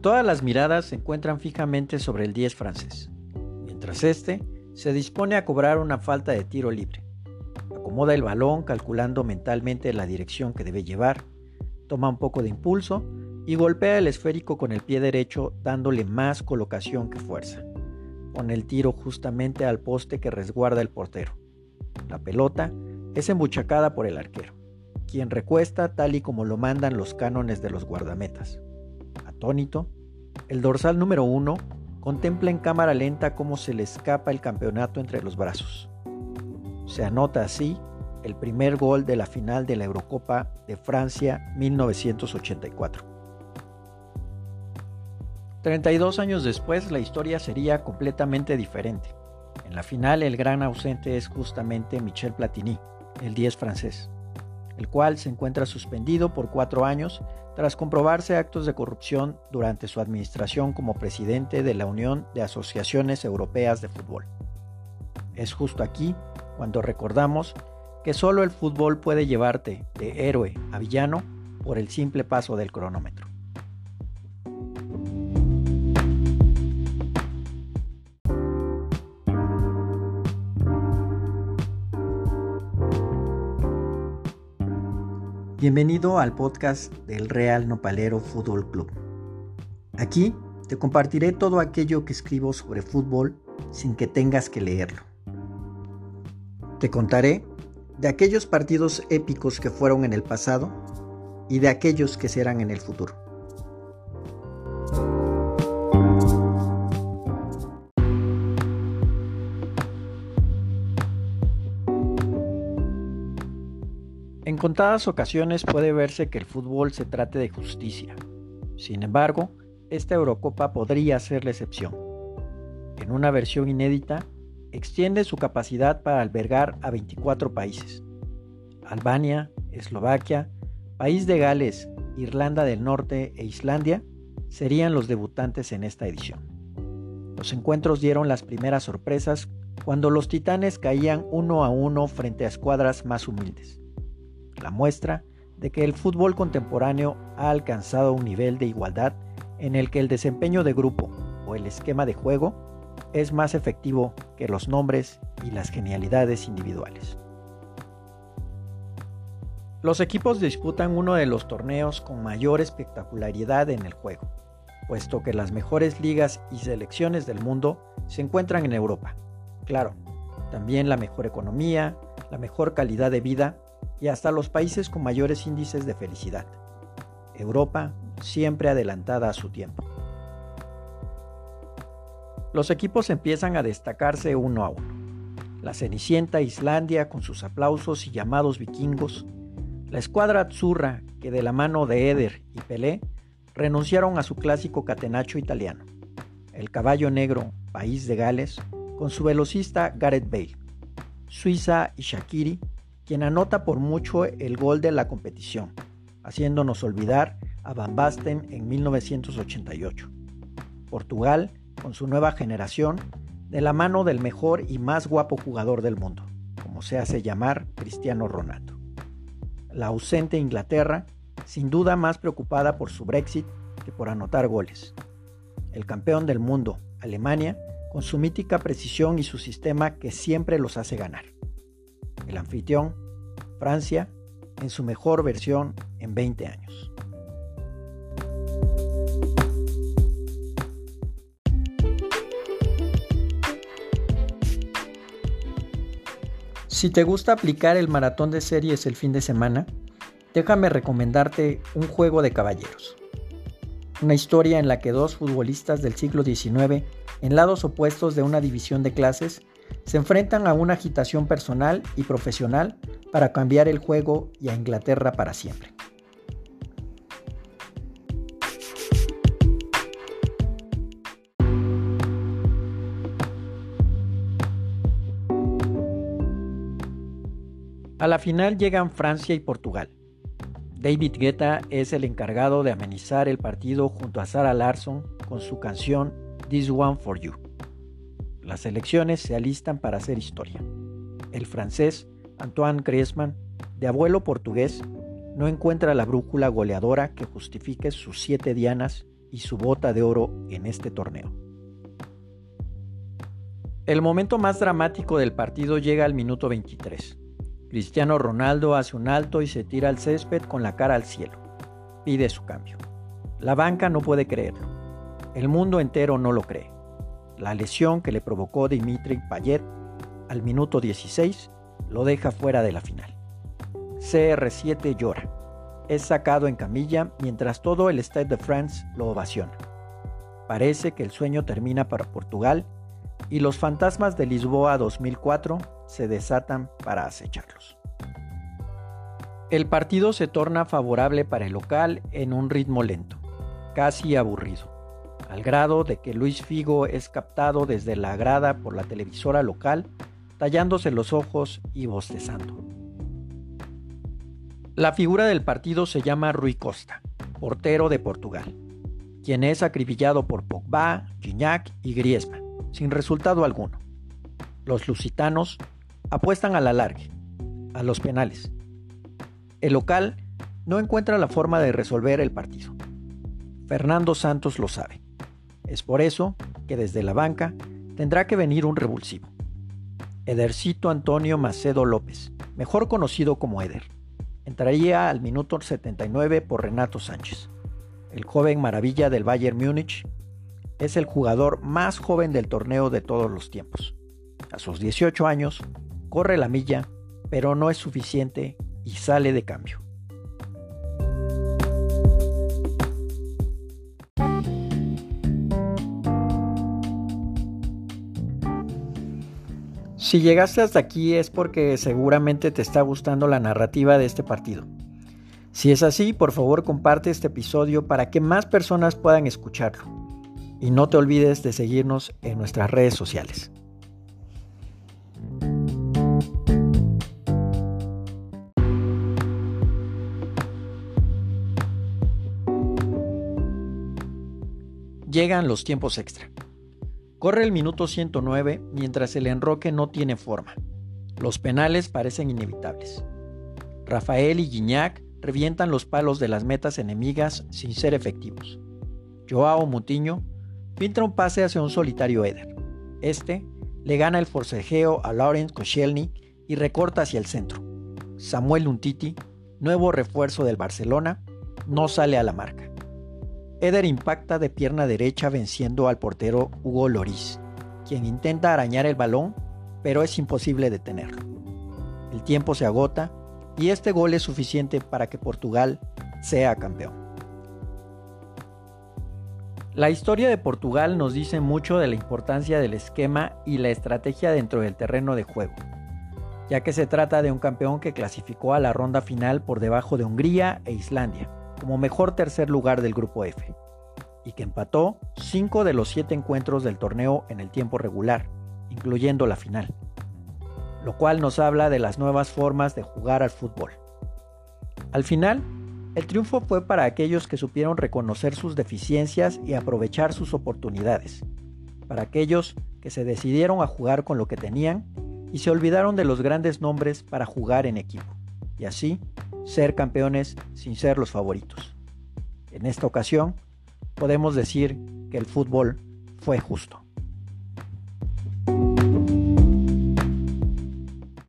Todas las miradas se encuentran fijamente sobre el 10 francés, mientras este se dispone a cobrar una falta de tiro libre. Acomoda el balón calculando mentalmente la dirección que debe llevar, toma un poco de impulso y golpea el esférico con el pie derecho dándole más colocación que fuerza. Pone el tiro justamente al poste que resguarda el portero. La pelota es embuchacada por el arquero, quien recuesta tal y como lo mandan los cánones de los guardametas. Atónito, el dorsal número 1 contempla en cámara lenta cómo se le escapa el campeonato entre los brazos. Se anota así el primer gol de la final de la Eurocopa de Francia 1984. 32 años después, la historia sería completamente diferente. En la final, el gran ausente es justamente Michel Platini, el 10 francés, el cual se encuentra suspendido por 4 años tras comprobarse actos de corrupción durante su administración como presidente de la Unión de Asociaciones Europeas de Fútbol. Es justo aquí cuando recordamos que solo el fútbol puede llevarte de héroe a villano por el simple paso del cronómetro. Bienvenido al podcast del Real Nopalero Fútbol Club. Aquí te compartiré todo aquello que escribo sobre fútbol sin que tengas que leerlo. Te contaré de aquellos partidos épicos que fueron en el pasado y de aquellos que serán en el futuro. En contadas ocasiones puede verse que el fútbol se trate de justicia. Sin embargo, esta Eurocopa podría ser la excepción. En una versión inédita, extiende su capacidad para albergar a 24 países. Albania, Eslovaquia, País de Gales, Irlanda del Norte e Islandia serían los debutantes en esta edición. Los encuentros dieron las primeras sorpresas cuando los titanes caían 1-1 frente a escuadras más humildes. La muestra de que el fútbol contemporáneo ha alcanzado un nivel de igualdad en el que el desempeño de grupo o el esquema de juego es más efectivo que los nombres y las genialidades individuales. Los equipos disputan uno de los torneos con mayor espectacularidad en el juego, puesto que las mejores ligas y selecciones del mundo se encuentran en Europa. Claro, también la mejor economía, la mejor calidad de vida y hasta los países con mayores índices de felicidad. Europa siempre adelantada a su tiempo. Los equipos empiezan a destacarse uno a uno. La Cenicienta Islandia con sus aplausos y llamados vikingos, la escuadra azzurra que de la mano de Eder y Pelé renunciaron a su clásico catenaccio italiano, el caballo negro País de Gales con su velocista Gareth Bale, Suiza y Shaqiri, quien anota por mucho el gol de la competición, haciéndonos olvidar a Van Basten en 1988. Portugal, con su nueva generación, de la mano del mejor y más guapo jugador del mundo, como se hace llamar Cristiano Ronaldo. La ausente Inglaterra, sin duda más preocupada por su Brexit que por anotar goles. El campeón del mundo, Alemania, con su mítica precisión y su sistema que siempre los hace ganar. El anfitrión, Francia, en su mejor versión en 20 años. Si te gusta aplicar el maratón de series el fin de semana, déjame recomendarte Un juego de caballeros. Una historia en la que dos futbolistas del siglo XIX, en lados opuestos de una división de clases, se enfrentan a una agitación personal y profesional para cambiar el juego y a Inglaterra para siempre. A la final llegan Francia y Portugal. David Guetta es el encargado de amenizar el partido junto a Sarah Larsson con su canción This One For You. Las selecciones se alistan para hacer historia. El francés Antoine Griezmann, de abuelo portugués, no encuentra la brújula goleadora que justifique sus 7 dianas y su bota de oro en este torneo. El momento más dramático del partido llega al minuto 23. Cristiano Ronaldo hace un alto y se tira al césped con la cara al cielo. Pide su cambio. La banca no puede creerlo. El mundo entero no lo cree. La lesión que le provocó Dimitri Payet al minuto 16 lo deja fuera de la final. CR7 llora. Es sacado en camilla mientras todo el Stade de France lo ovaciona. Parece que el sueño termina para Portugal y los fantasmas de Lisboa 2004 se desatan para acecharlos. El partido se torna favorable para el local en un ritmo lento, casi aburrido, al grado de que Luis Figo es captado desde la grada por la televisora local, tallándose los ojos y bostezando. La figura del partido se llama Rui Costa, portero de Portugal, quien es acribillado por Pogba, Gignac y Griezmann, sin resultado alguno. Los lusitanos apuestan al alargue, a los penales. El local no encuentra la forma de resolver el partido. Fernando Santos lo sabe. Es por eso que desde la banca tendrá que venir un revulsivo. Edercito Antonio Macedo López, mejor conocido como Eder, entraría al minuto 79 por Renato Sánchez. El joven maravilla del Bayern Múnich es el jugador más joven del torneo de todos los tiempos. A sus 18 años, corre la milla, pero no es suficiente y sale de cambio. Si llegaste hasta aquí es porque seguramente te está gustando la narrativa de este partido. Si es así, por favor comparte este episodio para que más personas puedan escucharlo. Y no te olvides de seguirnos en nuestras redes sociales. Llegan los tiempos extra. Corre el minuto 109 mientras el enroque no tiene forma. Los penales parecen inevitables. Rafael y Gignac revientan los palos de las metas enemigas sin ser efectivos. Joao Moutinho filtra un pase hacia un solitario Eder. Este le gana el forcejeo a Laurent Koscielny y recorta hacia el centro. Samuel Umtiti, nuevo refuerzo del Barcelona, no sale a la marca. Eder impacta de pierna derecha venciendo al portero Hugo Lloris, quien intenta arañar el balón, pero es imposible detenerlo. El tiempo se agota y este gol es suficiente para que Portugal sea campeón. La historia de Portugal nos dice mucho de la importancia del esquema y la estrategia dentro del terreno de juego, ya que se trata de un campeón que clasificó a la ronda final por debajo de Hungría e Islandia, como mejor tercer lugar del grupo F, y que empató 5 de los 7 encuentros del torneo en el tiempo regular, incluyendo la final, lo cual nos habla de las nuevas formas de jugar al fútbol. Al final, el triunfo fue para aquellos que supieron reconocer sus deficiencias y aprovechar sus oportunidades, para aquellos que se decidieron a jugar con lo que tenían y se olvidaron de los grandes nombres para jugar en equipo, y así ser campeones sin ser los favoritos. En esta ocasión, podemos decir que el fútbol fue justo.